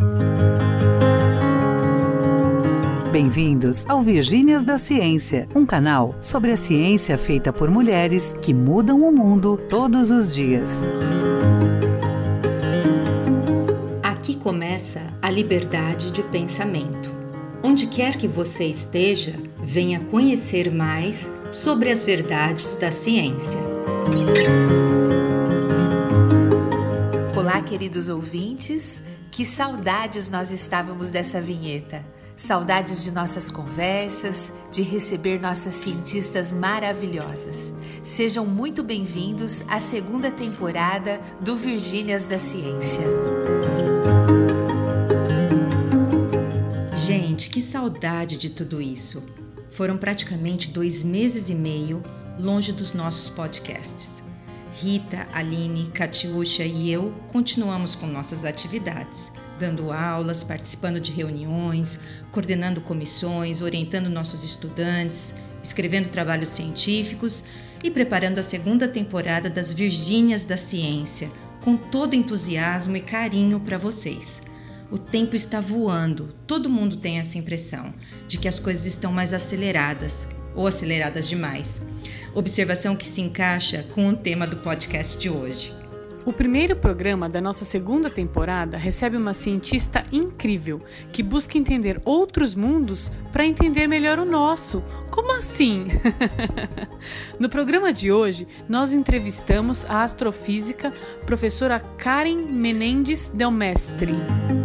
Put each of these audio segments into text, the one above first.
Bem-vindos ao Virgínias da Ciência, um canal sobre a ciência feita por mulheres que mudam o mundo todos os dias. Aqui começa a liberdade de pensamento. Onde quer que você esteja, venha conhecer mais sobre as verdades da ciência. Olá, queridos ouvintes, que saudades nós estávamos dessa vinheta. Saudades de nossas conversas, de receber nossas cientistas maravilhosas. Sejam muito bem-vindos à segunda temporada do Virgínias da Ciência. Gente, que saudade de tudo isso. Foram praticamente 2 meses e meio longe dos nossos podcasts. Rita, Aline, Catiúcha e eu continuamos com nossas atividades, dando aulas, participando de reuniões, coordenando comissões, orientando nossos estudantes, escrevendo trabalhos científicos e preparando a segunda temporada das Virgínias da Ciência, com todo entusiasmo e carinho para vocês. O tempo está voando, todo mundo tem essa impressão de que as coisas estão mais aceleradas ou aceleradas demais. Observação que se encaixa com o tema do podcast de hoje. O primeiro programa da nossa segunda temporada recebe uma cientista incrível que busca entender outros mundos para entender melhor o nosso. Como assim? No programa de hoje, nós entrevistamos a astrofísica professora Karen Menendez Del Mestre.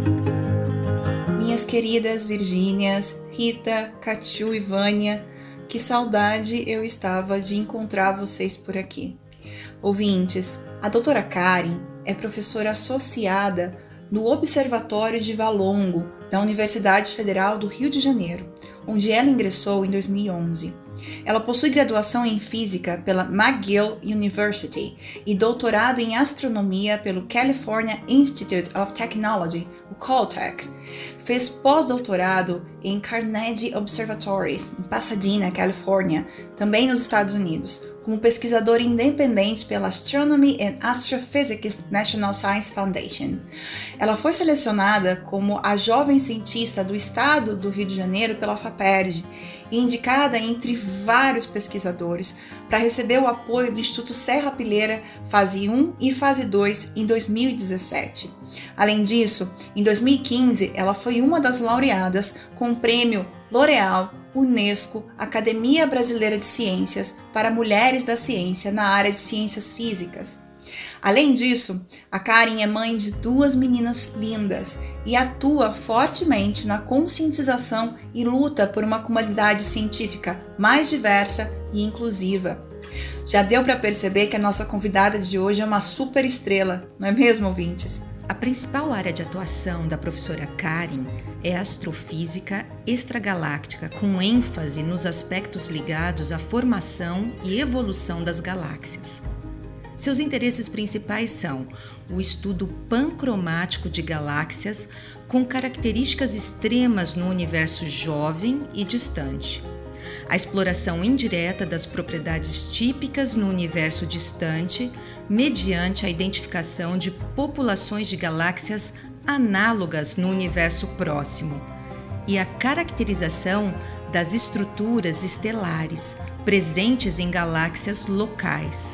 Minhas queridas Virgínias, Rita, Catiu e Vânia, que saudade eu estava de encontrar vocês por aqui. Ouvintes, a doutora Karen é professora associada no Observatório de Valongo, da Universidade Federal do Rio de Janeiro, onde ela ingressou em 2011. Ela possui graduação em Física pela McGill University e doutorado em Astronomia pelo California Institute of Technology, o Caltech. Fez pós-doutorado em Carnegie Observatories, em Pasadena, Califórnia, também nos Estados Unidos, como pesquisadora independente pela Astronomy and Astrophysics National Science Foundation. Ela foi selecionada como a jovem cientista do estado do Rio de Janeiro pela FAPERJ e indicada entre vários pesquisadores para receber o apoio do Instituto Serra-Pilheira Fase 1 e Fase 2 em 2017. Além disso, em 2015, ela foi uma das laureadas com o prêmio L'Oréal Unesco Academia Brasileira de Ciências para Mulheres da Ciência na área de Ciências Físicas. Além disso, a Karen é mãe de 2 meninas lindas e atua fortemente na conscientização e luta por uma comunidade científica mais diversa e inclusiva. Já deu para perceber que a nossa convidada de hoje é uma super estrela, não é mesmo, ouvintes? A principal área de atuação da professora Karen é a astrofísica extragaláctica, com ênfase nos aspectos ligados à formação e evolução das galáxias. Seus interesses principais são o estudo pancromático de galáxias com características extremas no universo jovem e distante, a exploração indireta das propriedades típicas no universo distante mediante a identificação de populações de galáxias análogas no universo próximo e a caracterização das estruturas estelares presentes em galáxias locais.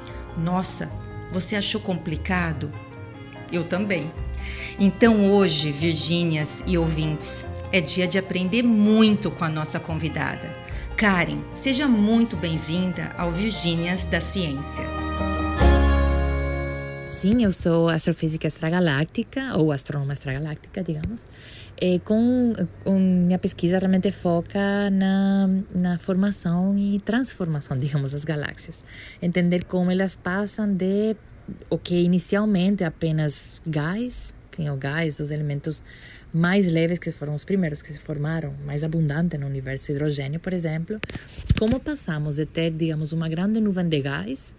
Nossa, você achou complicado? Eu também. Então hoje, Virgínias e ouvintes, é dia de aprender muito com a nossa convidada. Karen, seja muito bem-vinda ao Virgínias da Ciência. Sim, eu sou astrofísica extragaláctica, ou astrônoma extragaláctica, digamos. Com minha pesquisa realmente foca na formação e transformação, digamos, das galáxias. Entender como elas passam de o que inicialmente é apenas gás, o gás, os elementos mais leves que foram os primeiros que se formaram, mais abundante no universo hidrogênio, por exemplo, como passamos de ter, digamos, uma grande nuvem de gás,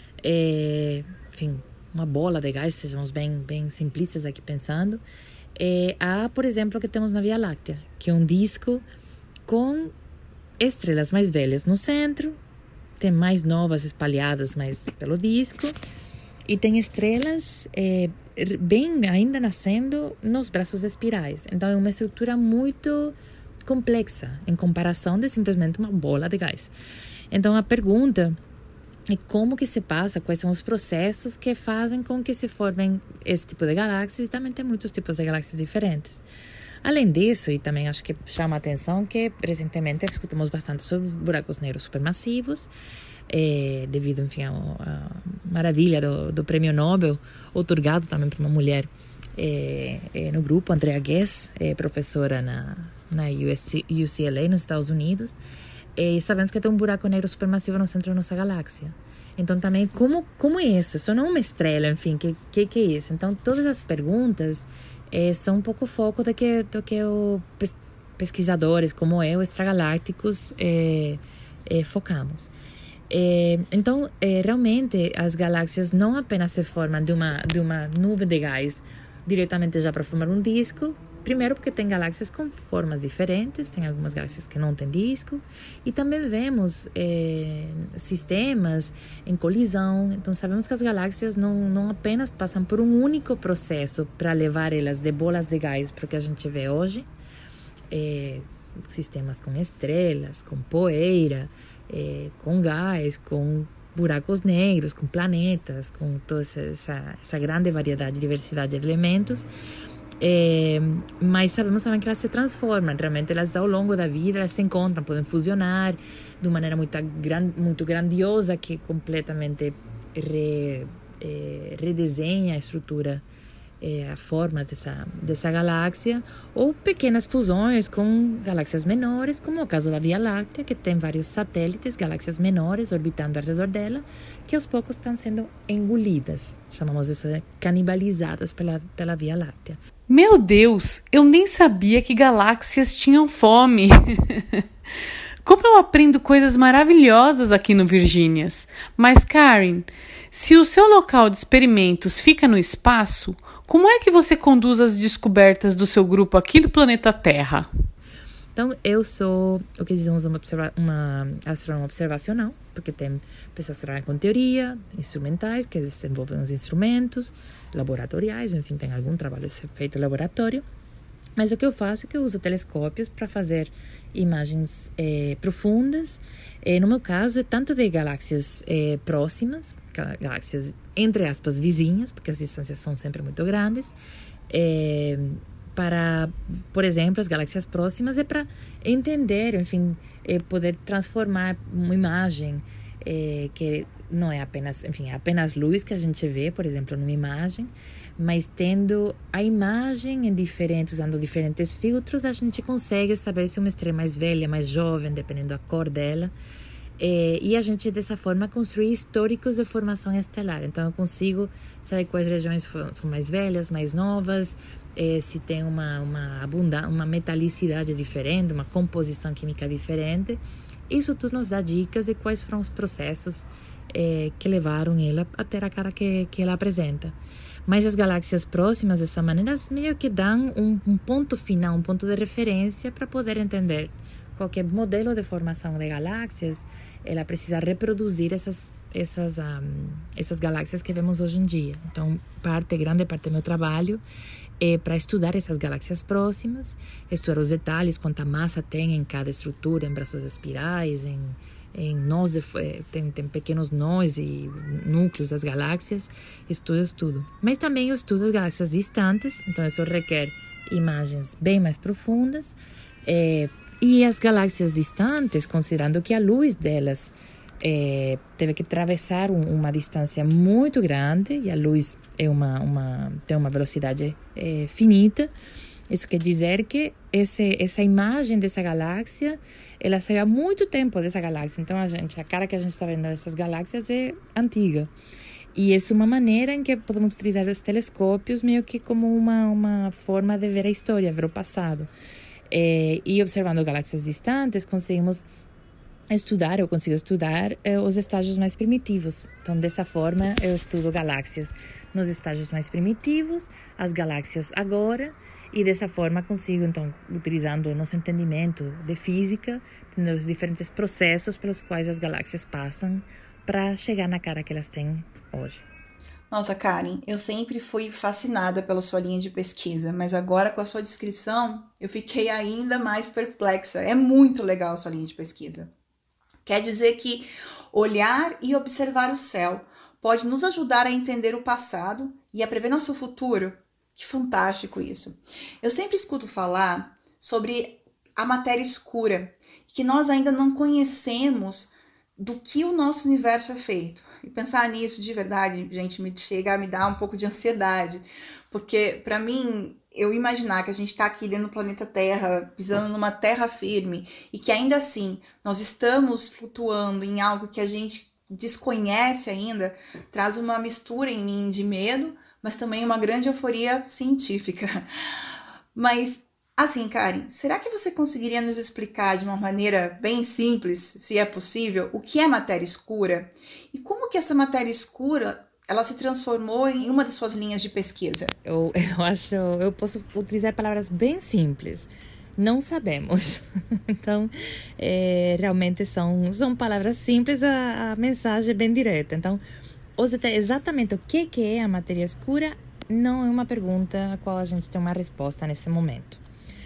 uma bola de gás, sejamos bem simplistas aqui pensando, a, por exemplo, o que temos na Via Láctea, que é um disco com estrelas mais velhas no centro, tem mais novas espalhadas mais pelo disco, e tem estrelas bem ainda nascendo nos braços espirais. Então é uma estrutura muito complexa em comparação de simplesmente uma bola de gás. Então a pergunta é como que se passa, quais são os processos que fazem com que se formem esse tipo de galáxias, e também tem muitos tipos de galáxias diferentes. Além disso, e também acho que chama a atenção que recentemente escutamos bastante sobre buracos negros supermassivos, devido, enfim, à maravilha do prêmio Nobel, otorgado também para uma mulher no grupo, Andrea Ghez, professora na UCLA, nos Estados Unidos. E sabemos que tem um buraco negro supermassivo no centro da nossa galáxia. Então, também, como é isso? Isso não é uma estrela, enfim, que é isso? Então, todas as perguntas são um pouco o foco do que os pesquisadores como eu, extragalácticos, focamos. Então, realmente, as galáxias não apenas se formam de uma nuvem de gás diretamente já para formar um disco. Primeiro porque tem galáxias com formas diferentes, tem algumas galáxias que não têm disco, e também vemos sistemas em colisão. Então sabemos que as galáxias não apenas passam por um único processo para levar elas de bolas de gás para o que a gente vê hoje, sistemas com estrelas, com poeira, com gás, com buracos negros, com planetas, com toda essa grande variedade, diversidade de elementos. Mas sabemos também que elas se transformam, realmente elas ao longo da vida elas se encontram, podem fusionar de uma maneira muito grandiosa que completamente redesenha a estrutura, a forma dessa galáxia, ou pequenas fusões com galáxias menores, como o caso da Via Láctea, que tem vários satélites, galáxias menores orbitando ao redor dela, que aos poucos estão sendo engolidas, chamamos isso de canibalizadas pela Via Láctea. Meu Deus, eu nem sabia que galáxias tinham fome. Como eu aprendo coisas maravilhosas aqui no Virgínias. Mas, Karen, se o seu local de experimentos fica no espaço, como é que você conduz as descobertas do seu grupo aqui do planeta Terra? Então, eu sou o que dizemos uma astrônoma observacional, porque tem pessoas que trabalham com teoria, instrumentais, que desenvolvem os instrumentos, laboratoriais, enfim, tem algum trabalho feito em laboratório. Mas o que eu faço é que eu uso telescópios para fazer imagens profundas. No meu caso, é tanto de galáxias próximas, galáxias, entre aspas, vizinhas, porque as distâncias são sempre muito grandes, para, por exemplo, as galáxias próximas, para entender, enfim, poder transformar uma imagem que não é apenas, enfim, é apenas luz que a gente vê, por exemplo, numa imagem, mas tendo a imagem usando diferentes filtros, a gente consegue saber se uma estrela é mais velha, mais jovem, dependendo da cor dela. E a gente, dessa forma, construir históricos de formação estelar. Então, eu consigo saber quais regiões são mais velhas, mais novas, se tem uma metalicidade diferente, uma composição química diferente. Isso tudo nos dá dicas de quais foram os processos que levaram ela a ter a cara que ela apresenta. Mas as galáxias próximas, dessa maneira, meio que dão um ponto final, um ponto de referência para poder entender qualquer modelo de formação de galáxias. Ela precisa reproduzir essas galáxias que vemos hoje em dia. Então, grande parte do meu trabalho é para estudar essas galáxias próximas, estudar os detalhes, quanta massa tem em cada estrutura, em braços espirais, em nós, tem pequenos nós e núcleos das galáxias, estudo tudo. Mas também eu estudo as galáxias distantes, então isso requer imagens bem mais profundas, e as galáxias distantes, considerando que a luz delas teve que atravessar uma distância muito grande, e a luz tem uma velocidade finita. Isso quer dizer que essa imagem dessa galáxia, ela saiu há muito tempo dessa galáxia. Então, a cara que a gente está vendo dessas galáxias é antiga. E essa é uma maneira em que podemos utilizar os telescópios meio que como uma forma de ver a história, ver o passado. E observando galáxias distantes, eu consigo estudar os estágios mais primitivos. Então, dessa forma, eu estudo galáxias nos estágios mais primitivos, as galáxias agora, e dessa forma consigo, então, utilizando o nosso entendimento de física, entender os diferentes processos pelos quais as galáxias passam para chegar na cara que elas têm hoje. Nossa, Karen, eu sempre fui fascinada pela sua linha de pesquisa, mas agora com a sua descrição eu fiquei ainda mais perplexa. É muito legal a sua linha de pesquisa. Quer dizer que olhar e observar o céu pode nos ajudar a entender o passado e a prever nosso futuro? Que fantástico isso! Eu sempre escuto falar sobre a matéria escura, que nós ainda não conhecemos do que o nosso universo é feito. E pensar nisso de verdade, gente, chega a me dar um pouco de ansiedade, porque para mim, eu imaginar que a gente está aqui dentro do planeta Terra, pisando numa terra firme, e que ainda assim nós estamos flutuando em algo que a gente desconhece ainda, traz uma mistura em mim de medo, mas também uma grande euforia científica. Mas assim, Karen, será que você conseguiria nos explicar de uma maneira bem simples, se é possível, o que é matéria escura? E como que essa matéria escura, ela se transformou em uma de suas linhas de pesquisa? Eu posso utilizar palavras bem simples. Não sabemos. Então, realmente são palavras simples, a mensagem é bem direta. Então, exatamente o que é a matéria escura não é uma pergunta a qual a gente tem uma resposta nesse momento.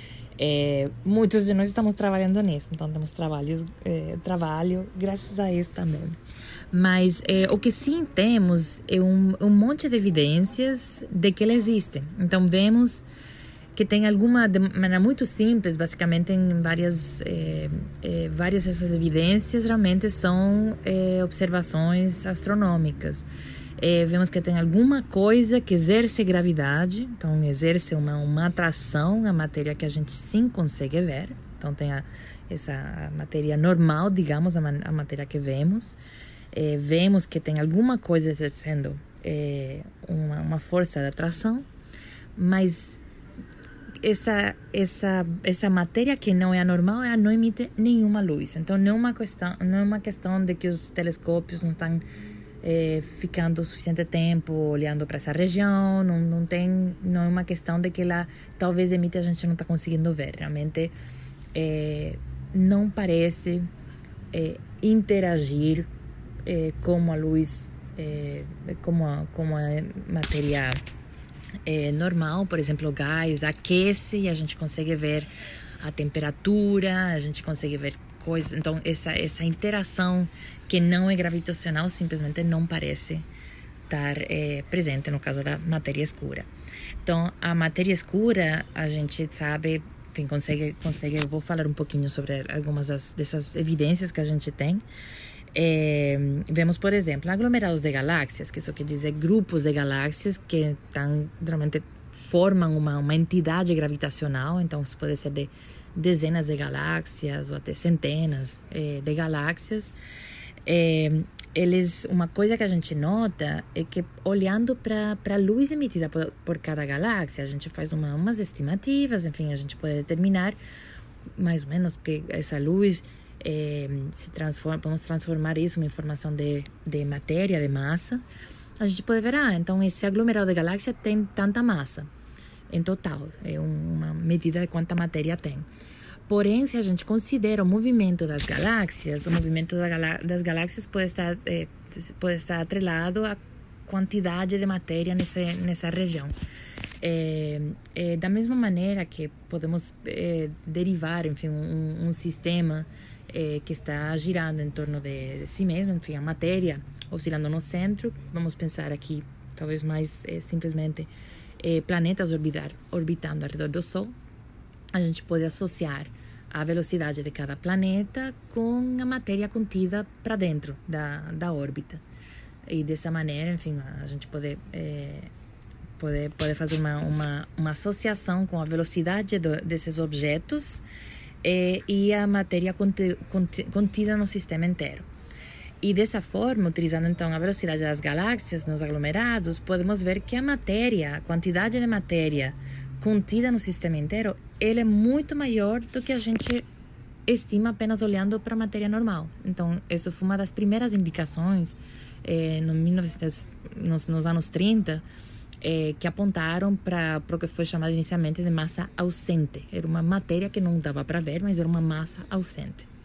Muitos de nós estamos trabalhando nisso, então temos trabalho graças a isso também. Mas o que sim temos é um monte de evidências de que ela existe. Então vemos que tem alguma, de maneira muito simples, basicamente em várias dessas evidências realmente são observações astronômicas. Vemos que tem alguma coisa que exerce gravidade, então exerce uma atração à matéria que a gente sim consegue ver. Então tem essa matéria normal, digamos, a matéria que vemos. Vemos que tem alguma coisa exercendo uma força de atração, mas essa matéria que não é anormal, ela não emite nenhuma luz. Então não é uma questão de que os telescópios não estão ficando o suficiente tempo olhando para essa região, não é uma questão de que ela talvez emite a gente não está conseguindo ver. Realmente não parece interagir como a luz, como a matéria normal. Por exemplo, o gás aquece e a gente consegue ver a temperatura, a gente consegue ver coisas. Então essa interação que não é gravitacional simplesmente não parece estar presente no caso da matéria escura. Então a matéria escura a gente sabe, enfim, consegue. Eu vou falar um pouquinho sobre algumas dessas evidências que a gente tem. Vemos, por exemplo, aglomerados de galáxias, que isso quer dizer grupos de galáxias que realmente formam uma entidade gravitacional. Então isso pode ser de dezenas de galáxias ou até centenas de galáxias. Uma coisa que a gente nota é que olhando para a luz emitida por cada galáxia, a gente faz umas estimativas, enfim, a gente pode determinar mais ou menos que essa luz podemos transformar isso em informação de matéria, de massa. A gente pode ver, então esse aglomerado de galáxias tem tanta massa em total, é uma medida de quanta matéria tem. Porém, se a gente considera o movimento das galáxias, o movimento das galáxias pode estar atrelado à quantidade de matéria nessa região. Da mesma maneira que podemos derivar, enfim, um sistema que está girando em torno de si mesmo, enfim, a matéria oscilando no centro. Vamos pensar aqui, talvez mais simplesmente, planetas orbitando ao redor do Sol. A gente pode associar a velocidade de cada planeta com a matéria contida para dentro da órbita. E dessa maneira, enfim, a gente pode fazer uma associação com a velocidade desses objetos e a matéria contida no sistema inteiro. E dessa forma, utilizando então a velocidade das galáxias nos aglomerados, podemos ver que a quantidade de matéria contida no sistema inteiro, ele é muito maior do que a gente estima apenas olhando para a matéria normal. Então, isso foi uma das primeiras indicações nos anos 30, que apontaram para o que foi chamado inicialmente de massa ausente. Era uma matéria que não dava para ver, mas era uma massa ausente.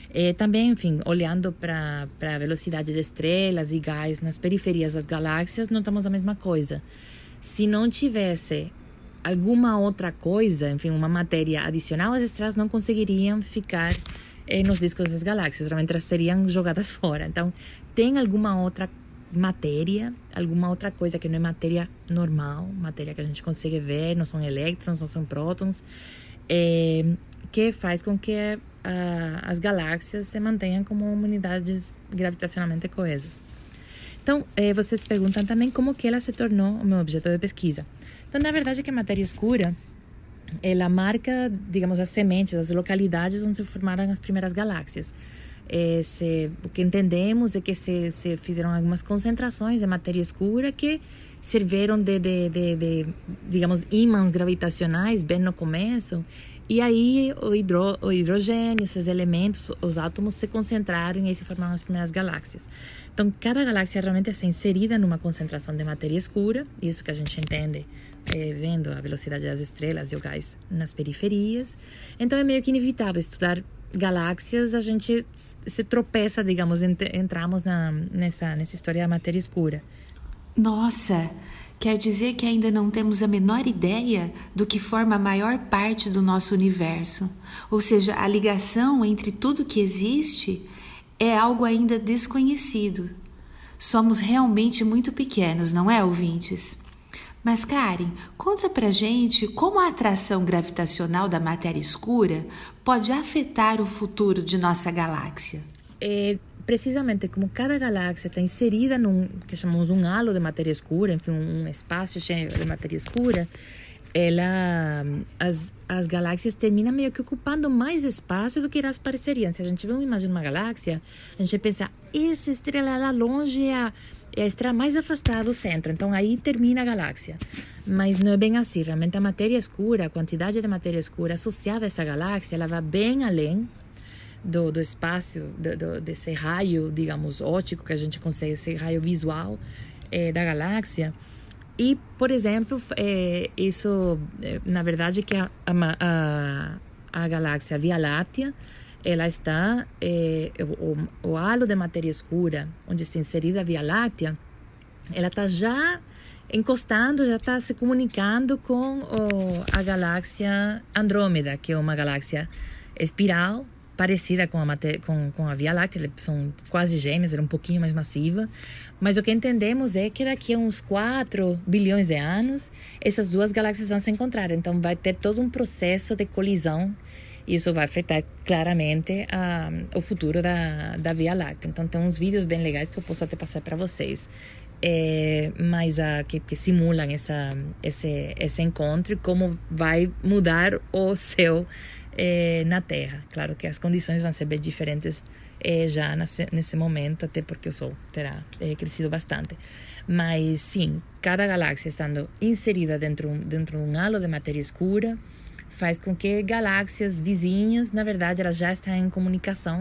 Também, enfim, olhando para a velocidade de estrelas e gás nas periferias das galáxias, notamos a mesma coisa. Se não tivesse alguma outra coisa, enfim, uma matéria adicional, as estrelas não conseguiriam ficar nos discos das galáxias, realmente elas seriam jogadas fora. Então, tem alguma outra matéria, alguma outra coisa que não é matéria normal, matéria que a gente consegue ver, não são elétrons, não são prótons, que faz com que as galáxias se mantenham como unidades gravitacionalmente coesas. Então, vocês perguntam também como que ela se tornou o meu objeto de pesquisa. Então, na verdade, que a matéria escura, ela marca, digamos, as sementes, as localidades onde se formaram as primeiras galáxias. O que entendemos é que se fizeram algumas concentrações de matéria escura que serviram de digamos, ímãs gravitacionais bem no começo, e aí o hidrogênio, esses elementos, os átomos se concentraram e aí se formaram as primeiras galáxias. Então, cada galáxia realmente é inserida numa concentração de matéria escura, isso que a gente entende vendo a velocidade das estrelas e o gás nas periferias. Então, é meio que inevitável estudar galáxias, a gente se tropeça, digamos, entramos nessa história da matéria escura. Nossa, quer dizer que ainda não temos a menor ideia do que forma a maior parte do nosso universo. Ou seja, a ligação entre tudo que existe é algo ainda desconhecido. Somos realmente muito pequenos, não é, ouvintes? Mas, Karen, conta pra gente como a atração gravitacional da matéria escura pode afetar o futuro de nossa galáxia. Precisamente como cada galáxia está inserida num que chamamos um halo de matéria escura, enfim, um espaço cheio de matéria escura, as galáxias terminam meio que ocupando mais espaço do que elas pareceriam. Se a gente vê uma imagem de uma galáxia, a gente pensa, essa estrela lá longe é a estrela mais afastada do centro, então aí termina a galáxia. Mas não é bem assim, realmente a matéria escura, a quantidade de matéria escura associada a essa galáxia, ela vai bem além do espaço, desse raio, digamos, óptico que a gente consegue, esse raio visual da galáxia. E, por exemplo, isso, na verdade, que a galáxia Via Láctea, ela está, o halo de matéria escura, onde está inserida a Via Láctea, ela está já encostando, já está se comunicando com a galáxia Andrômeda, que é uma galáxia espiral, parecida com a Via Láctea, eles são quase gêmeas, ela é um pouquinho mais massiva, mas o que entendemos é que daqui a uns 4 bilhões de anos, essas duas galáxias vão se encontrar, então vai ter todo um processo de colisão, e isso vai afetar claramente o futuro da Via Láctea. Então tem uns vídeos bem legais que eu posso até passar para vocês, mas que simulam esse encontro e como vai mudar o céu na Terra. Claro que as condições vão ser bem diferentes já nesse momento, até porque o Sol terá crescido bastante. Mas sim, cada galáxia estando inserida dentro de um halo de matéria escura faz com que galáxias vizinhas, na verdade, elas já estão em comunicação.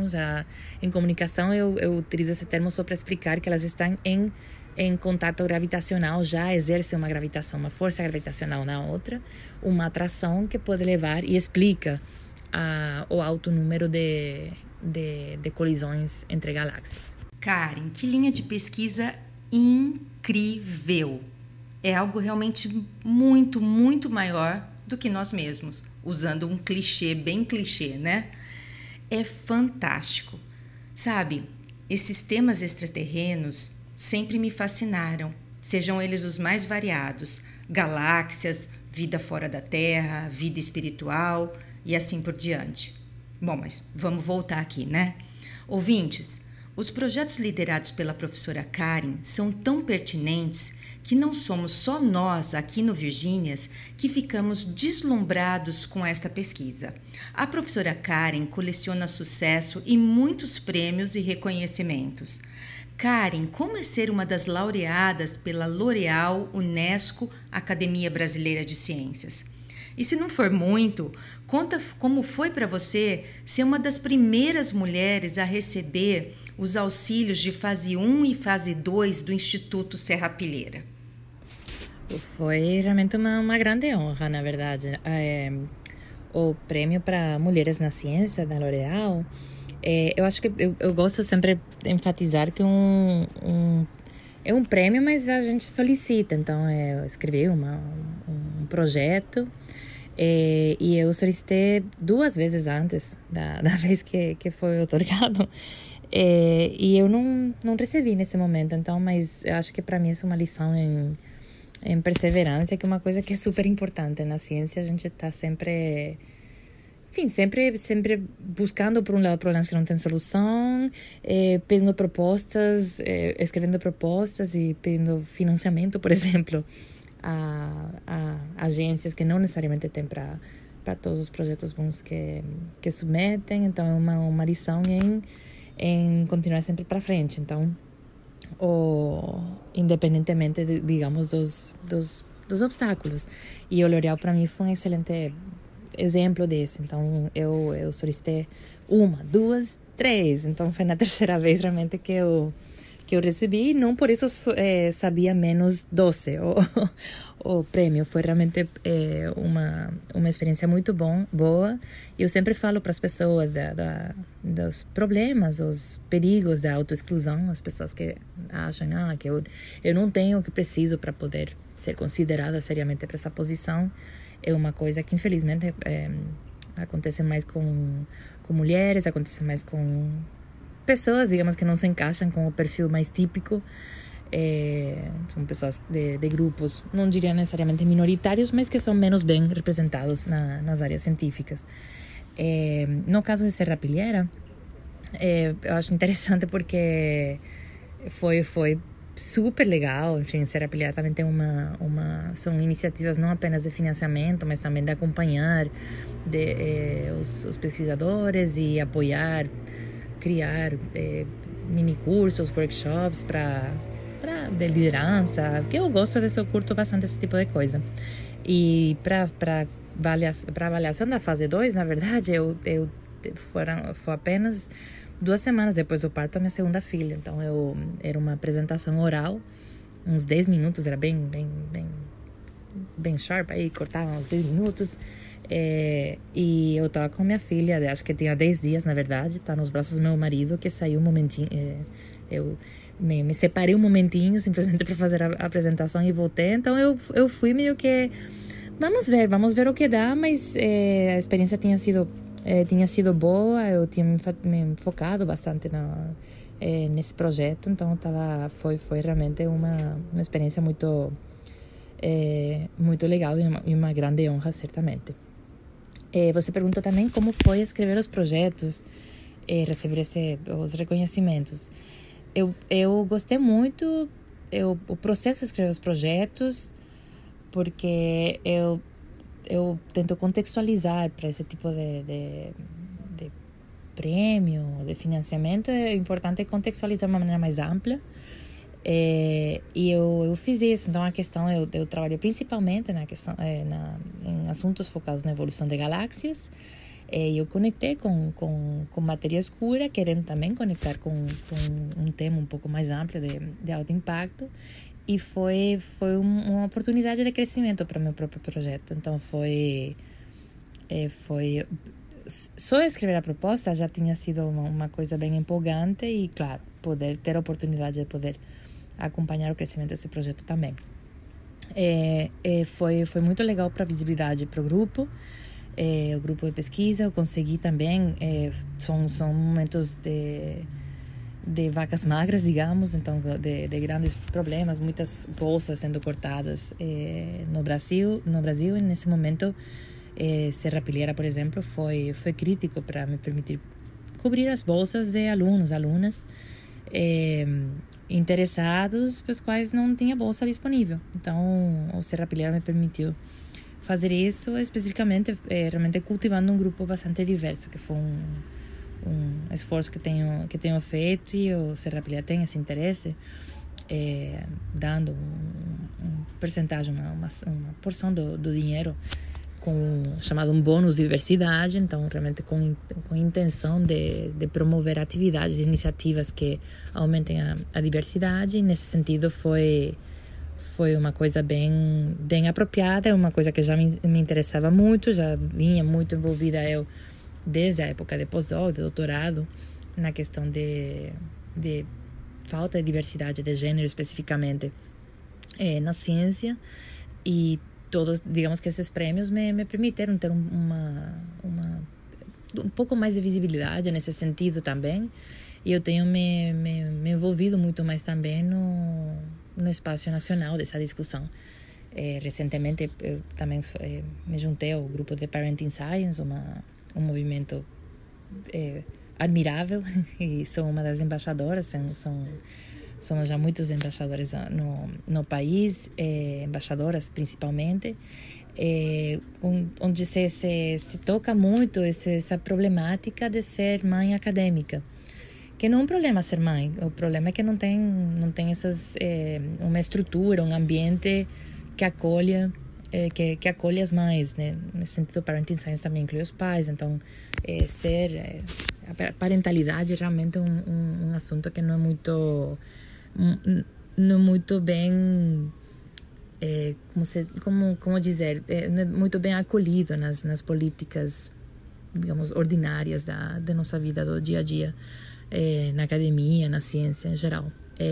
Eu utilizo esse termo só para explicar que elas estão em contato gravitacional, já exercem uma gravitação, uma força gravitacional na outra, uma atração que pode levar e explica o alto número de colisões entre galáxias. Karen, que linha de pesquisa incrível! É algo realmente muito, muito maior do que nós mesmos, usando um clichê, bem clichê, né? É fantástico. Sabe, esses temas extraterrenos sempre me fascinaram, sejam eles os mais variados, galáxias, vida fora da Terra, vida espiritual e assim por diante. Bom, mas vamos voltar aqui, né? Ouvintes, os projetos liderados pela professora Karen são tão pertinentes que não somos só nós aqui no Virgínias que ficamos deslumbrados com esta pesquisa. A professora Karen coleciona sucesso e muitos prêmios e reconhecimentos. Karen, como é ser uma das laureadas pela L'Oréal Unesco Academia Brasileira de Ciências? E se não for muito, conta como foi para você ser uma das primeiras mulheres a receber os auxílios de fase 1 e fase 2 do Instituto Serrapilheira. Foi realmente uma grande honra, na verdade. O prêmio para mulheres na ciência da L'Oréal Eu acho que eu gosto sempre de enfatizar que é um prêmio, mas a gente solicita. Então, eu escrevi um projeto e eu solicitei 2 vezes antes da vez que foi otorgado. E eu não recebi nesse momento. Então, mas eu acho que para mim isso é uma lição em perseverança, que é uma coisa que é super importante na ciência. A gente está sempre... Enfim, sempre buscando por um lado problemas que não têm solução, pedindo propostas, escrevendo propostas e pedindo financiamento, por exemplo, a agências que não necessariamente têm para todos os projetos bons que submetem. Então, é uma lição em continuar sempre para frente. Então, independentemente, digamos, dos obstáculos. E o L'Oréal, para mim, foi um excelente exemplo desse. Então, eu solicitei 1, 2, 3. Então, foi na 3ª vez realmente que eu recebi. Não por isso sabia menos 12 o prêmio. Foi realmente uma experiência muito boa. E eu sempre falo para as pessoas dos problemas, os perigos da autoexclusão. As pessoas que acham que eu não tenho o que preciso para poder ser considerada seriamente para essa posição. É uma coisa que, infelizmente, acontece mais com mulheres, acontece mais com pessoas, digamos, que não se encaixam com o perfil mais típico. São pessoas de grupos, não diria necessariamente minoritários, mas que são menos bem representados nas áreas científicas. No caso de Serra Pilheira, eu acho interessante porque foi super legal. Enfim, Serra Pilheira também tem são iniciativas não apenas de financiamento, mas também de acompanhar os pesquisadores e apoiar, criar mini cursos, workshops de liderança, que eu gosto disso, eu curto bastante esse tipo de coisa. E para avaliação da fase 2, na verdade, foi apenas 2 semanas depois do parto da minha segunda filha. Então, era uma apresentação oral, uns 10 minutos, era bem sharp, aí cortava uns 10 minutos. E eu estava com minha filha, acho que tinha 10 dias, na verdade, tá nos braços do meu marido, que saiu um momentinho. Eu me separei um momentinho, simplesmente para fazer a apresentação e voltei. Então, eu fui meio que... Vamos ver o que dá, mas a experiência tinha sido boa. Eu tinha me focado bastante nesse projeto, então foi realmente uma experiência muito legal e uma grande honra, certamente. Você perguntou também como foi escrever os projetos, receber os reconhecimentos. Eu gostei muito o processo de escrever os projetos, porque eu tento contextualizar para esse tipo de prêmio, de financiamento. É importante contextualizar de uma maneira mais ampla. E eu fiz isso. Então, a questão, eu trabalhei principalmente em assuntos focados na evolução de galáxias. Eu conectei com matéria escura, querendo também conectar com um tema um pouco mais amplo de alto impacto. E foi uma oportunidade de crescimento para o meu próprio projeto. Então, só escrever a proposta já tinha sido uma coisa bem empolgante e, claro, ter a oportunidade de poder acompanhar o crescimento desse projeto também. Foi muito legal para a visibilidade para o grupo de pesquisa. Eu consegui também, são momentos de vacas magras, digamos, então de grandes problemas, muitas bolsas sendo cortadas no Brasil, e nesse momento Serra Pilheira, por exemplo, foi crítico para me permitir cobrir as bolsas de alunos, alunas interessados, para os quais não tinha bolsa disponível. Então, o Serra Pilheira me permitiu fazer isso, especificamente, realmente cultivando um grupo bastante diverso, que foi um esforço que tenho feito, e o Serra Pilheira tem esse interesse, dando um percentagem, uma porção do dinheiro chamado um bônus de diversidade. Então, realmente com a intenção de promover atividades e iniciativas que aumentem a diversidade. E nesse sentido foi uma coisa bem apropriada, uma coisa que já me interessava muito, já vinha muito envolvida eu desde a época de pós-doc, de doutorado, na questão de falta de diversidade de gênero, especificamente na ciência, e todos, digamos que esses prêmios me permitiram ter um pouco mais de visibilidade nesse sentido também, e eu tenho me envolvido muito mais também no espaço nacional dessa discussão. Recentemente eu também me juntei ao grupo de Parenting Science, um movimento admirável, e sou uma das embaixadoras. Somos já muitos embaixadores no país, embaixadoras principalmente, onde se toca muito essa problemática de ser mãe acadêmica, que não é um problema ser mãe, o problema é que não tem uma estrutura, um ambiente que acolha as mães, né? Nesse sentido, o Parenting Science também inclui os pais. Então, a parentalidade é realmente um assunto que não é muito bem, como dizer, não é muito bem acolhido nas políticas, digamos, ordinárias da nossa vida do dia a dia, na academia, na ciência em geral.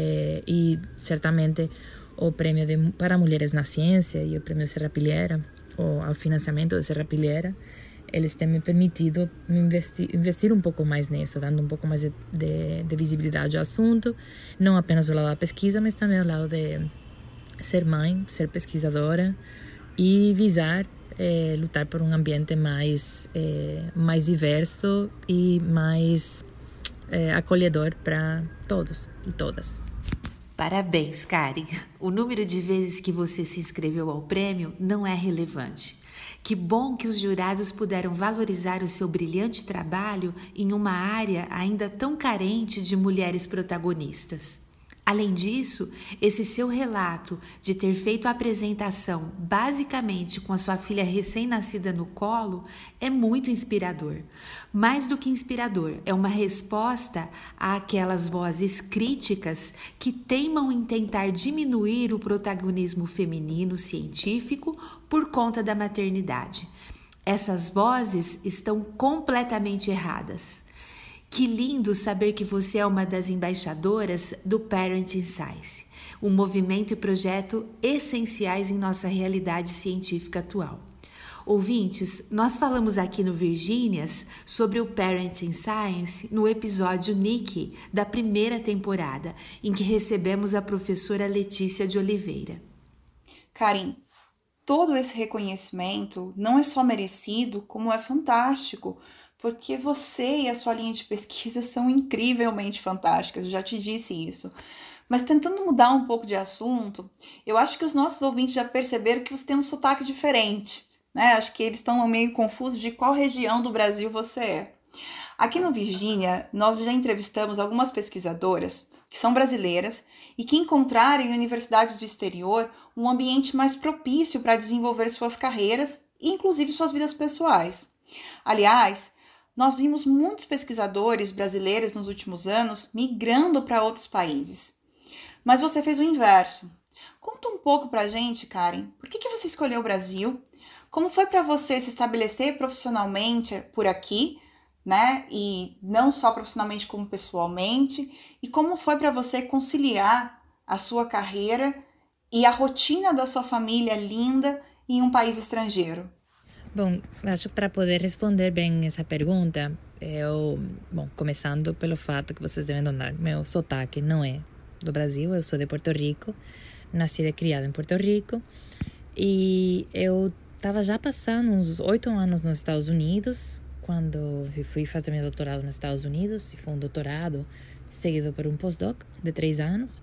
E certamente o prêmio para mulheres na ciência e o prêmio Serra Pilheira, o financiamento de Serra Pilheira, eles têm me permitido investir um pouco mais nisso, dando um pouco mais de visibilidade ao assunto, não apenas do lado da pesquisa, mas também do lado de ser mãe, ser pesquisadora e visar lutar por um ambiente mais diverso e mais acolhedor para todos e todas. Parabéns, Karen! O número de vezes que você se inscreveu ao prêmio não é relevante. Que bom que os jurados puderam valorizar o seu brilhante trabalho em uma área ainda tão carente de mulheres protagonistas. Além disso, esse seu relato de ter feito a apresentação basicamente com a sua filha recém-nascida no colo é muito inspirador. Mais do que inspirador, é uma resposta àquelas vozes críticas que teimam em tentar diminuir o protagonismo feminino científico por conta da maternidade. Essas vozes estão completamente erradas. Que lindo saber que você é uma das embaixadoras do Parenting Science, um movimento e projeto essenciais em nossa realidade científica atual. Ouvintes, nós falamos aqui no Virgínias sobre o Parenting Science no episódio Nikki da primeira temporada, em que recebemos a professora Letícia de Oliveira. Karen, todo esse reconhecimento não é só merecido, como é fantástico, porque você e a sua linha de pesquisa são incrivelmente fantásticas, eu já te disse isso. Mas tentando mudar um pouco de assunto, eu acho que os nossos ouvintes já perceberam que você tem um sotaque diferente, né? Acho que eles estão meio confusos de qual região do Brasil você é. Aqui no Virgínia, nós já entrevistamos algumas pesquisadoras que são brasileiras e que encontraram em universidades do exterior um ambiente mais propício para desenvolver suas carreiras e inclusive suas vidas pessoais. Aliás, nós vimos muitos pesquisadores brasileiros nos últimos anos migrando para outros países. Mas você fez o inverso. Conta um pouco para a gente, Karen, por que você escolheu o Brasil? Como foi para você se estabelecer profissionalmente por aqui, né? E não só profissionalmente como pessoalmente? E como foi para você conciliar a sua carreira e a rotina da sua família linda em um país estrangeiro? Bom, acho que para poder responder bem essa pergunta, começando pelo fato que vocês devem notar, meu sotaque não é do Brasil, eu sou de Porto Rico, nasci e criada em Porto Rico, e eu estava já passando uns 8 anos nos Estados Unidos, quando eu fui fazer meu doutorado nos Estados Unidos, e foi um doutorado seguido por um pós-doc de 3 anos,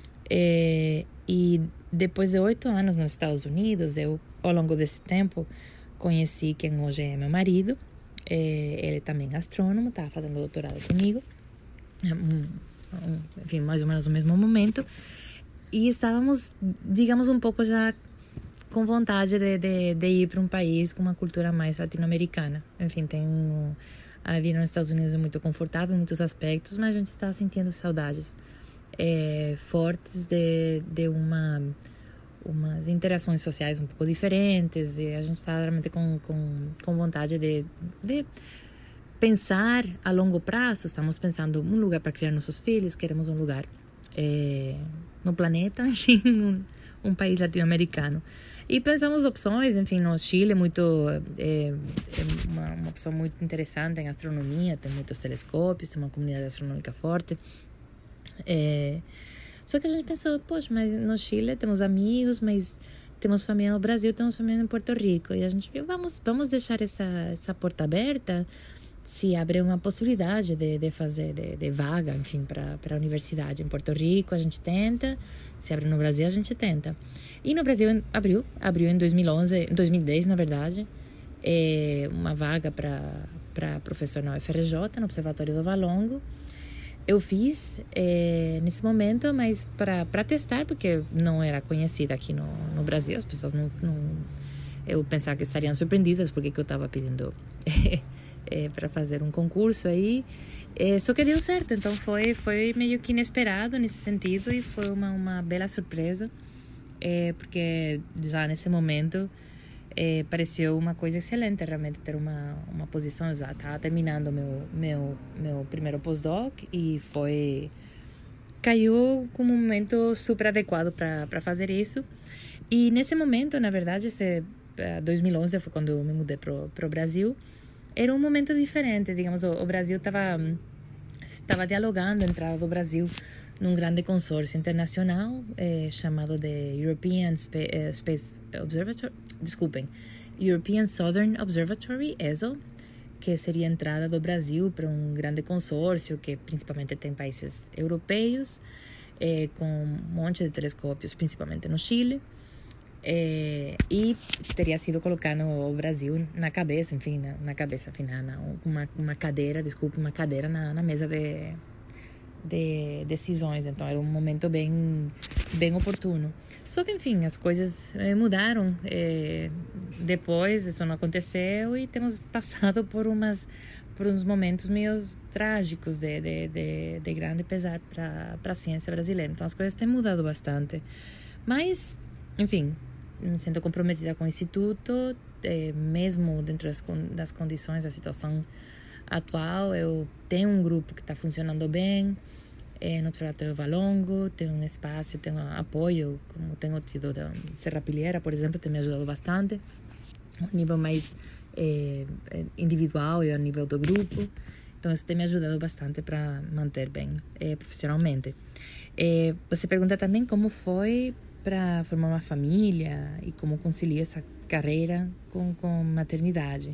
e depois de 8 anos nos Estados Unidos, eu, ao longo desse tempo, conheci quem hoje é meu marido. Ele também é astrônomo, estava fazendo doutorado comigo, enfim, mais ou menos no mesmo momento, e estávamos, digamos, um pouco já com vontade de ir para um país com uma cultura mais latino-americana. Enfim, a vida nos Estados Unidos é muito confortável em muitos aspectos, mas a gente está sentindo saudades fortes de umas interações sociais um pouco diferentes, e a gente está realmente com vontade de pensar a longo prazo. Estamos pensando um lugar para criar nossos filhos, queremos um lugar no planeta, enfim, um país latino-americano. E pensamos opções, enfim, no Chile é uma opção muito interessante em astronomia, tem muitos telescópios, tem uma comunidade astronômica forte. Só que a gente pensou, poxa, mas no Chile temos amigos, mas temos família no Brasil, temos família em Porto Rico. E a gente viu, vamos deixar essa porta aberta, se abre uma possibilidade de fazer, de vaga, enfim, para a universidade. Em Porto Rico a gente tenta, se abre no Brasil a gente tenta. E no Brasil abriu em 2010, na verdade, uma vaga para professor na UFRJ, no Observatório do Valongo. Eu fiz nesse momento, mas para testar, porque não era conhecida aqui no Brasil. As pessoas não eu pensava que estariam surpreendidas porque eu estava pedindo para fazer um concurso aí. Só que deu certo, então foi meio que inesperado nesse sentido e foi uma bela surpresa, porque já nesse momento pareceu uma coisa excelente realmente ter uma posição. Eu já estava terminando meu primeiro postdoc e caiu como um momento super adequado para fazer isso. E nesse momento, na verdade, 2011 foi quando eu me mudei para o Brasil. Era um momento diferente, digamos, o Brasil estava dialogando a entrada do Brasil num grande consórcio internacional chamado de European Southern Observatory, ESO, que seria a entrada do Brasil para um grande consórcio que principalmente tem países europeus, com um monte de telescópios, principalmente no Chile. E teria sido colocar o Brasil na cabeça, enfim, uma cadeira na mesa de decisões. Então era um momento bem oportuno. Só que, enfim, as coisas mudaram depois, isso não aconteceu e temos passado por uns momentos meio trágicos de grande pesar para a ciência brasileira. Então as coisas têm mudado bastante, mas, enfim, me sinto comprometida com o Instituto, mesmo dentro das condições da situação atual. Eu tenho um grupo que está funcionando bem no Observatório Valongo, tenho um espaço, tenho apoio, como tenho tido da Serra Pilheira, por exemplo, tem me ajudado bastante, a nível mais individual e a nível do grupo. Então isso tem me ajudado bastante para manter bem profissionalmente. Você pergunta também como foi para formar uma família e como conciliar essa carreira com maternidade.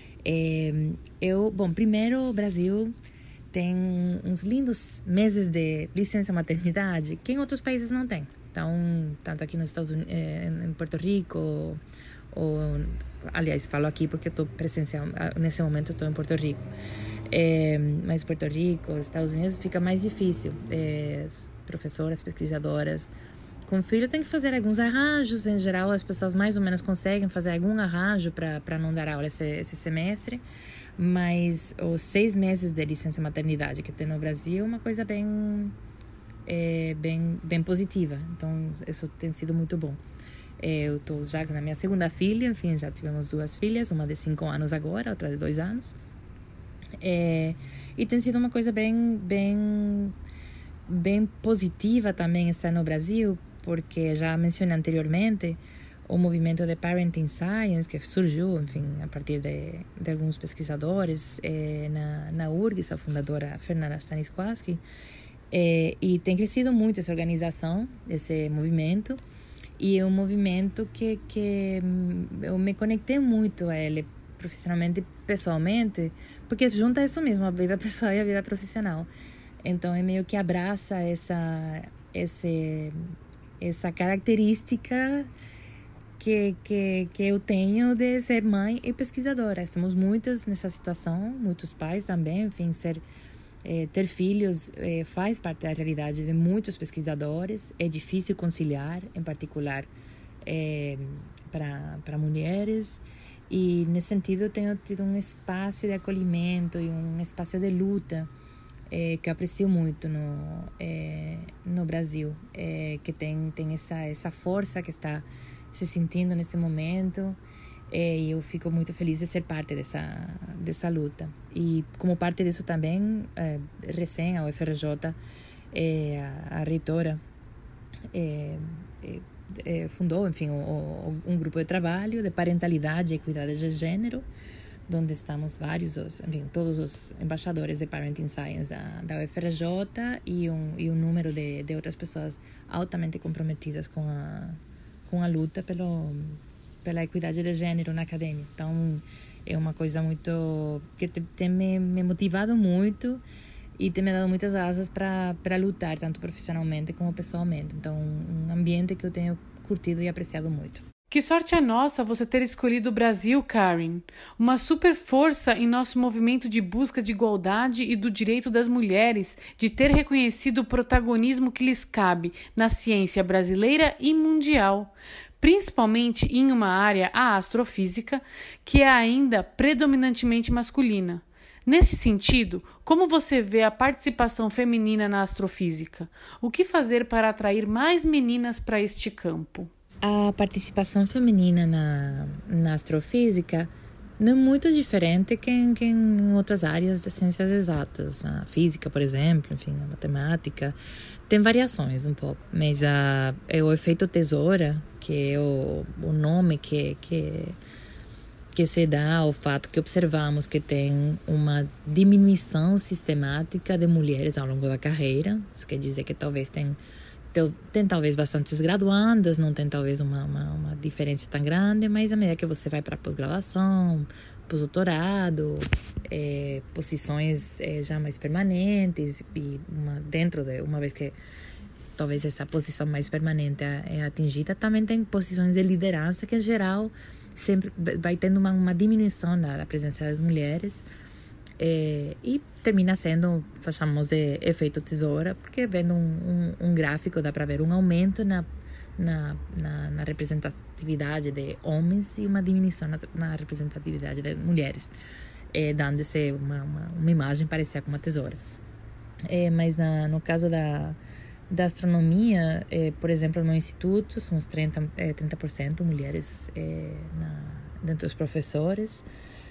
Primeiro, o Brasil tem uns lindos meses de licença maternidade que em outros países não tem. Então, tanto aqui nos Estados Unidos, em Porto Rico, aliás, falo aqui porque eu estou presencial, nesse momento eu estou em Porto Rico. Mas Porto Rico, Estados Unidos, fica mais difícil. As professoras, pesquisadoras com filho tem que fazer alguns arranjos. Em geral, as pessoas mais ou menos conseguem fazer algum arranjo para não dar aula esse semestre. Mas os 6 meses de licença maternidade que tem no Brasil é uma coisa bem positiva. Então, isso tem sido muito bom. Eu estou já na minha segunda filha, enfim, já tivemos 2 filhas, uma de 5 anos agora, outra de 2 anos. E tem sido uma coisa bem positiva também estar no Brasil, porque já mencionei anteriormente o movimento de Parenting Science, que surgiu, enfim, a partir de alguns pesquisadores na URGS, a fundadora Fernanda Stanisławski, e tem crescido muito essa organização, esse movimento, e é um movimento que eu me conectei muito a ele profissionalmente e pessoalmente, porque junta isso mesmo, a vida pessoal e a vida profissional. Então é meio que abraça essa característica que eu tenho de ser mãe e pesquisadora. Somos muitas nessa situação, muitos pais também, enfim, ter filhos faz parte da realidade de muitos pesquisadores. É difícil conciliar, em particular para mulheres, e nesse sentido eu tenho tido um espaço de acolhimento e um espaço de luta que eu aprecio muito no Brasil, que tem essa força que está se sentindo nesse momento, E eu fico muito feliz de ser parte dessa luta. E como parte disso também, recém a UFRJ, a reitora fundou, enfim, um grupo de trabalho de parentalidade e equidade de gênero, onde estamos todos os embaixadores de Parenting Science da UFRJ e um número de outras pessoas altamente comprometidas com a luta pela equidade de gênero na academia. Então, é uma coisa muito que tem me motivado muito e tem me dado muitas asas para lutar, tanto profissionalmente como pessoalmente. Então, um ambiente que eu tenho curtido e apreciado muito. Que sorte a nossa você ter escolhido o Brasil, Karen. Uma super força em nosso movimento de busca de igualdade e do direito das mulheres de ter reconhecido o protagonismo que lhes cabe na ciência brasileira e mundial, principalmente em uma área, a astrofísica, que é ainda predominantemente masculina. Nesse sentido, como você vê a participação feminina na astrofísica? O que fazer para atrair mais meninas para este campo? A participação feminina na astrofísica não é muito diferente que em outras áreas das ciências exatas. A física, por exemplo, enfim, a matemática. Tem variações um pouco, mas é o efeito tesoura, que é o nome que se dá ao fato que observamos que tem uma diminuição sistemática de mulheres ao longo da carreira. Isso quer dizer que talvez tem talvez bastantes graduandas, não tem talvez uma diferença tão grande, mas à medida que você vai para pós-graduação, pós-doutorado, posições já mais permanentes, e uma vez que talvez essa posição mais permanente é atingida, também tem posições de liderança que, em geral, sempre vai tendo uma diminuição da presença das mulheres. E termina sendo, chamamos de efeito tesoura, porque vendo um gráfico dá para ver um aumento na representatividade de homens e uma diminuição na representatividade de mulheres, dando-se uma imagem parecida com uma tesoura. Mas no caso da astronomia, por exemplo, no instituto, somos 30% mulheres dentre os professores.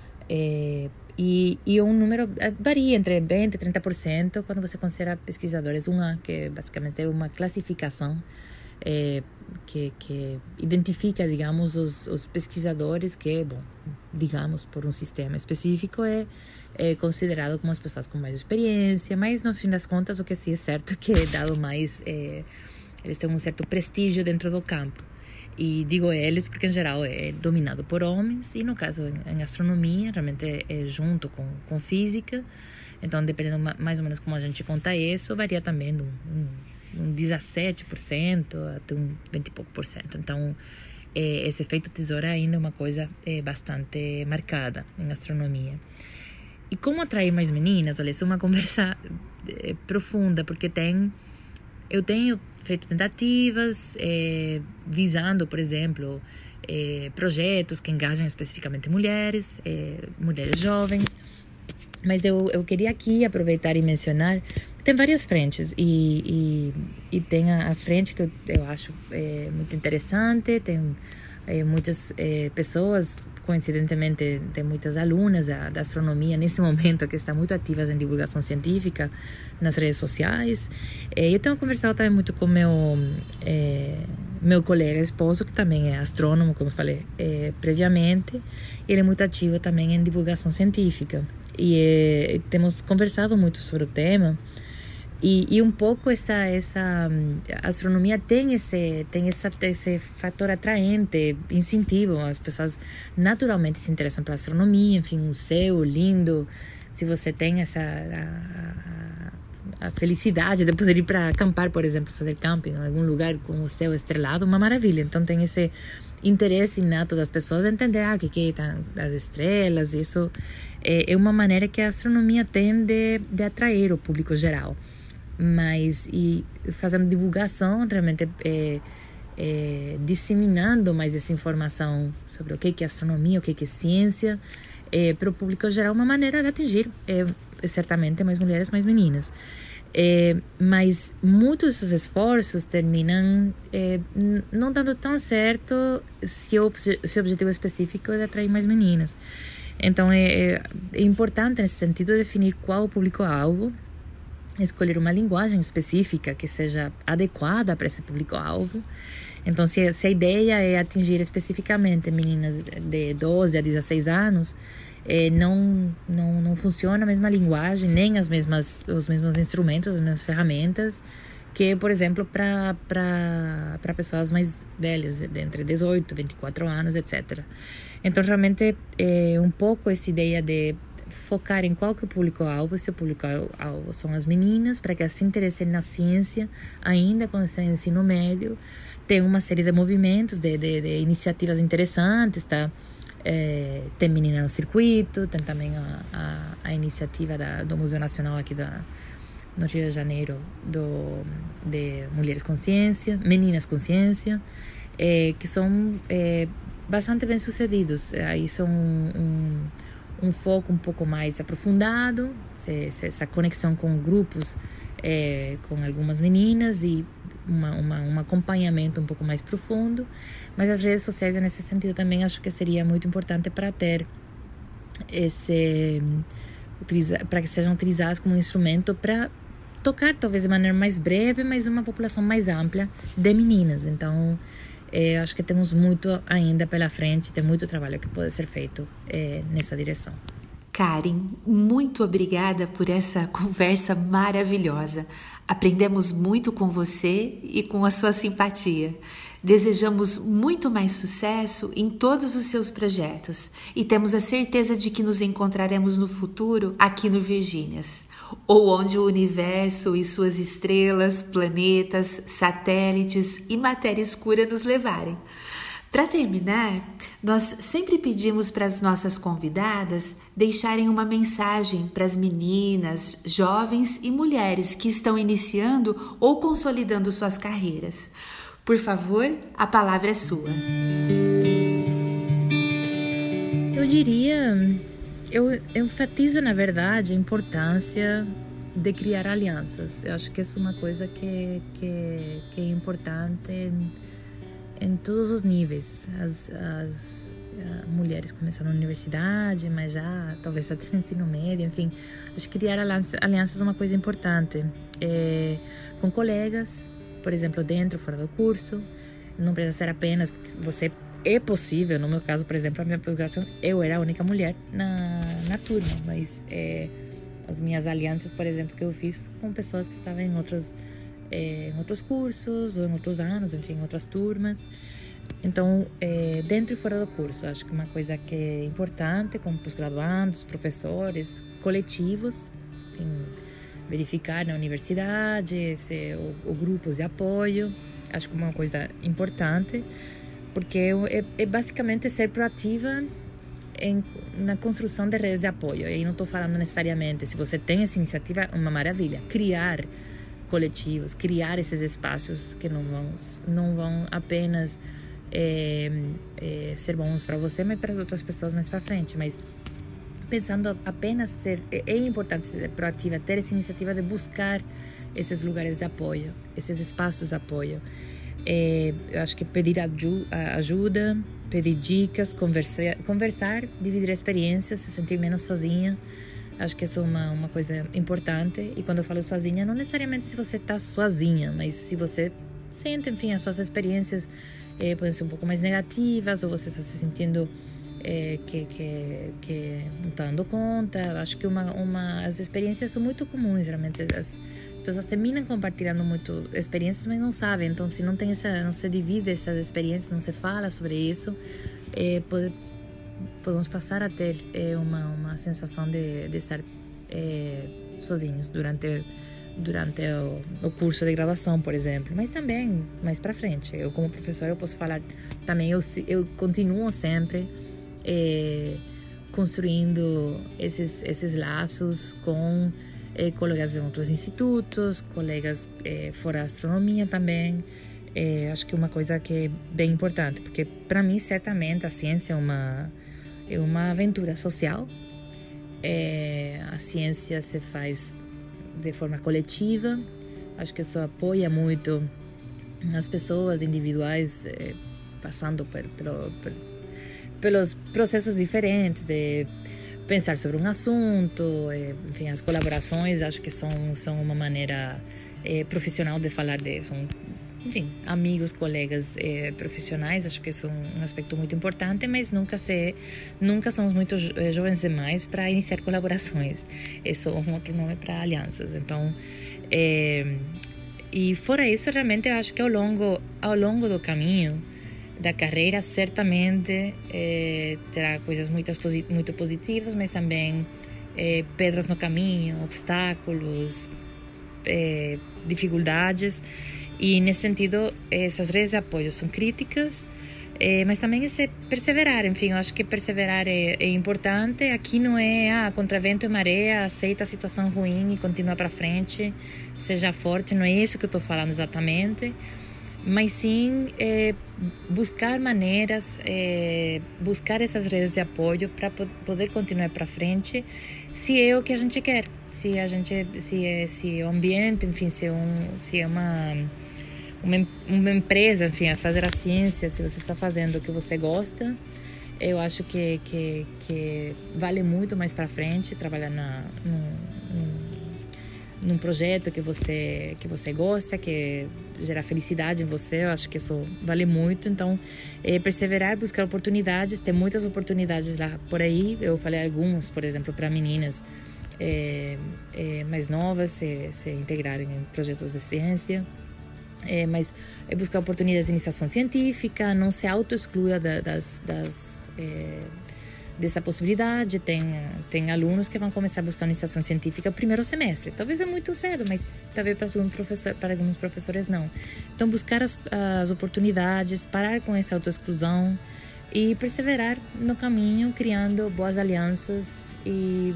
E um número varia entre 20% e 30% quando você considera pesquisadores. Que basicamente é uma classificação que identifica, digamos, os pesquisadores que, digamos, por um sistema específico é considerado como as pessoas com mais experiência, mas no fim das contas o que sim é certo é que dado mais, eles têm um certo prestígio dentro do campo. E digo eles porque, em geral, é dominado por homens. E, no caso, em astronomia, realmente é junto com física. Então, dependendo mais ou menos como a gente conta isso, varia também de um 17% até um 20 e pouco por cento. Então, esse efeito tesoura ainda é uma coisa bastante marcada em astronomia. E como atrair mais meninas? Olha, isso é uma conversa profunda, porque eu tenho feito tentativas visando, por exemplo, projetos que engajam especificamente mulheres jovens, mas eu queria aqui aproveitar e mencionar que tem várias frentes e tem a frente que eu acho muito interessante, tem muitas pessoas, coincidentemente tem muitas alunas da astronomia nesse momento que estão muito ativas em divulgação científica nas redes sociais. Eu tenho conversado também muito com meu colega esposo, que também é astrônomo, como eu falei previamente. Ele é muito ativo também em divulgação científica e temos conversado muito sobre o tema. E um pouco essa astronomia tem esse fator atraente, incentivo. As pessoas naturalmente se interessam pela astronomia, enfim, um céu lindo. Se você tem a felicidade de poder ir para acampar, por exemplo, fazer camping em algum lugar com o céu estrelado, uma maravilha. Então tem esse interesse inato das pessoas em entender o que estão as estrelas. Isso é uma maneira que a astronomia tem de atrair o público geral. Mas fazendo divulgação, realmente disseminando mais essa informação sobre o que é astronomia, o que é ciência, para o público geral, uma maneira de atingir certamente mais mulheres, mais meninas. Mas muitos desses esforços terminam não dando tão certo se o objetivo específico é de atrair mais meninas. Então é importante nesse sentido definir qual o público-alvo, escolher uma linguagem específica que seja adequada para esse público-alvo. Então se a ideia é atingir especificamente meninas de 12 a 16 anos, não funciona a mesma linguagem, nem os mesmos instrumentos, as mesmas ferramentas que, por exemplo, para pessoas mais velhas, de entre 18 e 24 anos, etc. Então, realmente, é um pouco essa ideia de focar em qual que é o público-alvo. Se o público-alvo são as meninas, para que elas se interessem na ciência, ainda quando estão no ensino médio. Tem uma série de movimentos, de iniciativas interessantes, tá? Tem Menina no Circuito, tem também a iniciativa do Museu Nacional aqui no Rio de Janeiro, de Mulheres com Ciência, Meninas com Ciência, que são bastante bem sucedidos. Aí são um foco um pouco mais aprofundado, essa conexão com grupos, com algumas meninas e um acompanhamento um pouco mais profundo. Mas as redes sociais, nesse sentido, também acho que seria muito importante para ter para que sejam utilizadas como um instrumento para tocar, talvez de maneira mais breve, mas uma população mais ampla de meninas. Então, acho que temos muito ainda pela frente, tem muito trabalho que pode ser feito nessa direção. Karen, muito obrigada por essa conversa maravilhosa. Aprendemos muito com você e com a sua simpatia. Desejamos muito mais sucesso em todos os seus projetos e temos a certeza de que nos encontraremos no futuro aqui no Virgínias, ou onde o universo e suas estrelas, planetas, satélites e matéria escura nos levarem. Para terminar, nós sempre pedimos para as nossas convidadas deixarem uma mensagem para as meninas, jovens e mulheres que estão iniciando ou consolidando suas carreiras. Por favor, a palavra é sua. Eu diria, eu enfatizo, na verdade, a importância de criar alianças. Eu acho que isso é uma coisa que é importante em todos os níveis. As mulheres começaram na universidade, mas já talvez até no ensino médio, enfim. Acho que criar alianças é uma coisa importante. Com colegas, por exemplo, dentro ou fora do curso. Não precisa ser apenas porque você é possível. No meu caso, por exemplo, a minha pós-graduação, eu era a única mulher na turma, mas as minhas alianças, por exemplo, que eu fiz com pessoas que estavam em outros cursos, ou em outros anos, enfim, em outras turmas. Então, dentro e fora do curso, acho que uma coisa que é importante, como pós-graduandos, professores, coletivos, enfim, verificar na universidade, ou grupos de apoio, acho que é uma coisa importante, porque é basicamente ser proativa na construção de redes de apoio. E aí não estou falando necessariamente, se você tem essa iniciativa, é uma maravilha, criar coletivos, criar esses espaços que não vão apenas ser bons para você, mas para as outras pessoas mais para frente. Mas pensando apenas é importante ser proativa, ter essa iniciativa de buscar esses lugares de apoio, esses espaços de apoio. Eu acho que pedir ajuda, pedir dicas, conversar, dividir experiências, se sentir menos sozinha. Acho que isso é uma coisa importante. E quando eu falo sozinha, não necessariamente se você está sozinha, mas se você sente, enfim, as suas experiências podem ser um pouco mais negativas, ou você está se sentindo que não está dando conta. Acho que as experiências são muito comuns, geralmente. As pessoas terminam compartilhando muito experiências, mas não sabem. Então, se não se divide essas experiências, não se fala sobre isso, podemos passar a ter uma sensação de estar sozinhos durante o curso de graduação, por exemplo, mas também mais para frente. Eu, como professora, eu posso falar também, eu continuo sempre construindo esses laços com colegas de outros institutos, colegas fora da astronomia também. Acho que é uma coisa que é bem importante, porque para mim, certamente, a ciência é uma aventura social. A ciência se faz de forma coletiva. Acho que isso apoia muito as pessoas individuais passando pelos processos diferentes de pensar sobre um assunto. Enfim, as colaborações acho que são uma maneira profissional de falar disso. Enfim, amigos, colegas profissionais, acho que isso é um aspecto muito importante, mas nunca somos muito jovens demais para iniciar colaborações. É só um outro nome para alianças. Então, e fora isso, realmente eu acho que ao longo do caminho da carreira, certamente terá coisas muito positivas, mas também pedras no caminho, obstáculos, dificuldades. E nesse sentido, essas redes de apoio são críticas, mas também esse perseverar. Enfim, eu acho que perseverar é importante. Aqui não é contra vento e maré, aceita a situação ruim e continua para frente, seja forte. Não é isso que eu estou falando exatamente, mas sim buscar maneiras, buscar essas redes de apoio para poder continuar para frente, se é o que a gente quer, se é o ambiente, enfim, se é uma empresa, enfim, a fazer a ciência, se você está fazendo o que você gosta, eu acho que vale muito mais para frente trabalhar num projeto que você gosta, que gera felicidade em você. Eu acho que isso vale muito. Então, perseverar, buscar oportunidades, tem muitas oportunidades lá por aí. Eu falei algumas, por exemplo, para meninas mais novas se integrarem em projetos de ciência. Mas buscar oportunidades de iniciação científica, não se auto-exclua dessa possibilidade. Tem alunos que vão começar a buscar iniciação científica no primeiro semestre. Talvez é muito cedo, mas talvez para alguns professores não. Então, buscar as oportunidades, parar com essa auto-exclusão e perseverar no caminho, criando boas alianças e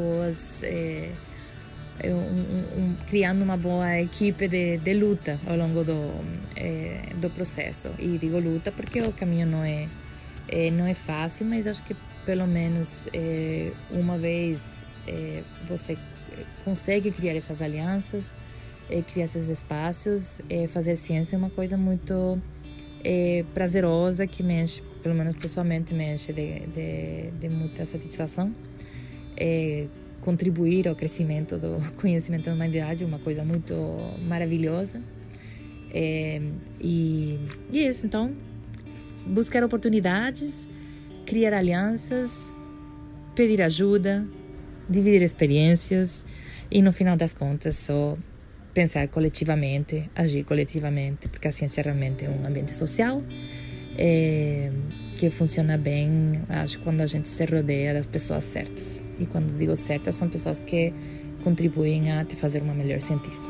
criando uma boa equipe de luta ao longo do processo. E digo luta porque o caminho não é fácil, mas acho que pelo menos uma vez você consegue criar essas alianças, criar esses espaços, fazer ciência é uma coisa muito prazerosa, que me enche, pelo menos pessoalmente, me enche de muita satisfação. Contribuir ao crescimento do conhecimento da humanidade é uma coisa muito maravilhosa. E é isso. Então, buscar oportunidades, criar alianças, pedir ajuda, dividir experiências e, no final das contas, só pensar coletivamente, agir coletivamente, porque a ciência realmente é um ambiente social que funciona bem, acho, quando a gente se rodeia das pessoas certas. E quando digo certas, são pessoas que contribuem a te fazer uma melhor cientista.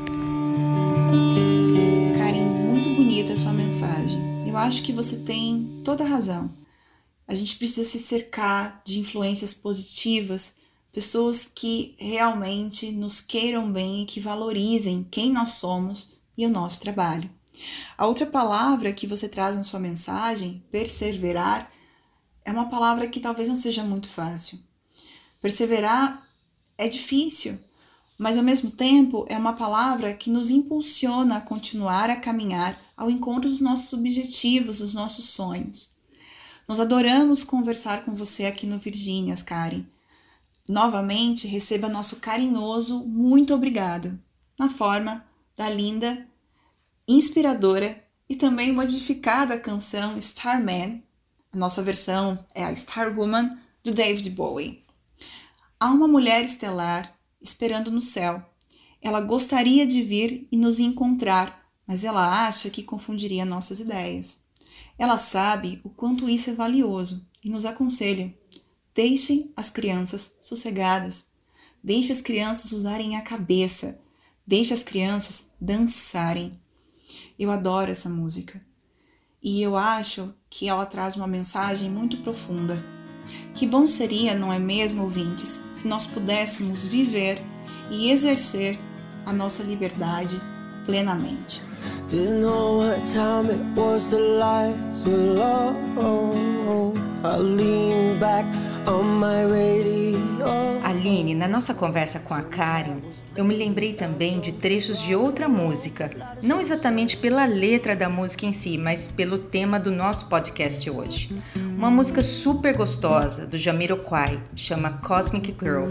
Karen, muito bonita a sua mensagem. Eu acho que você tem toda a razão. A gente precisa se cercar de influências positivas, pessoas que realmente nos queiram bem e que valorizem quem nós somos e o nosso trabalho. A outra palavra que você traz na sua mensagem, perseverar, é uma palavra que talvez não seja muito fácil. Perseverar é difícil, mas ao mesmo tempo é uma palavra que nos impulsiona a continuar a caminhar ao encontro dos nossos objetivos, dos nossos sonhos. Nós adoramos conversar com você aqui no Virgínias, Karen. Novamente, receba nosso carinhoso muito obrigado, na forma da linda, inspiradora e também modificada canção Starman. A nossa versão é a Starwoman, do David Bowie. Há uma mulher estelar esperando no céu. Ela gostaria de vir e nos encontrar, mas ela acha que confundiria nossas ideias. Ela sabe o quanto isso é valioso e nos aconselha: deixem as crianças sossegadas, deixe as crianças usarem a cabeça, deixe as crianças dançarem. Eu adoro essa música e eu acho que ela traz uma mensagem muito profunda. Que bom seria, não é mesmo, ouvintes, se nós pudéssemos viver e exercer a nossa liberdade plenamente. Didn't know what time it was, the lights were low. I lean back on my radio. Aline, na nossa conversa com a Karen, eu me lembrei também de trechos de outra música, não exatamente pela letra da música em si, mas pelo tema do nosso podcast hoje. Uma música super gostosa do Jamiroquai, chama Cosmic Girl.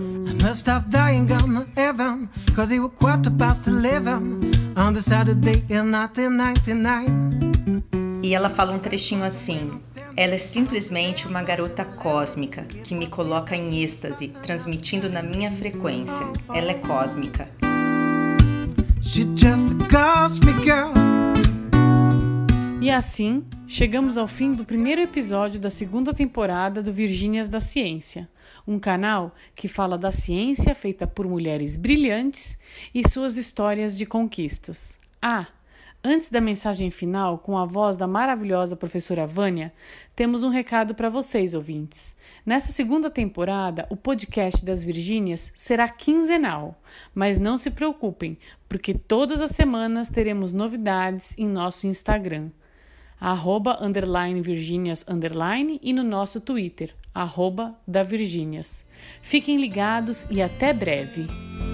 E ela fala um trechinho assim: ela é simplesmente uma garota cósmica que me coloca em êxtase, transmitindo na minha frequência. Ela é cósmica. E assim, chegamos ao fim do primeiro episódio da segunda temporada do Virgínias da Ciência, um canal que fala da ciência feita por mulheres brilhantes e suas histórias de conquistas. Antes da mensagem final, com a voz da maravilhosa professora Vânia, temos um recado para vocês, ouvintes. Nessa segunda temporada, o podcast das Virgínias será quinzenal, mas não se preocupem, porque todas as semanas teremos novidades em nosso Instagram, @_Virgínias_ e no nosso Twitter, @davirgínias. Fiquem ligados e até breve!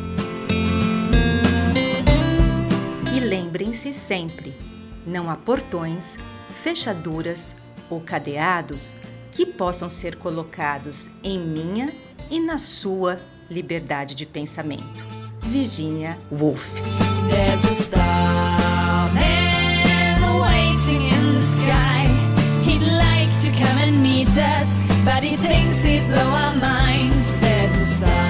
E lembrem-se sempre, não há portões, fechaduras ou cadeados que possam ser colocados em minha e na sua liberdade de pensamento. Virginia Woolf. There's a starman waiting in the sky. He'd like to come and meet us, but he thinks he'd blow our minds. There's a star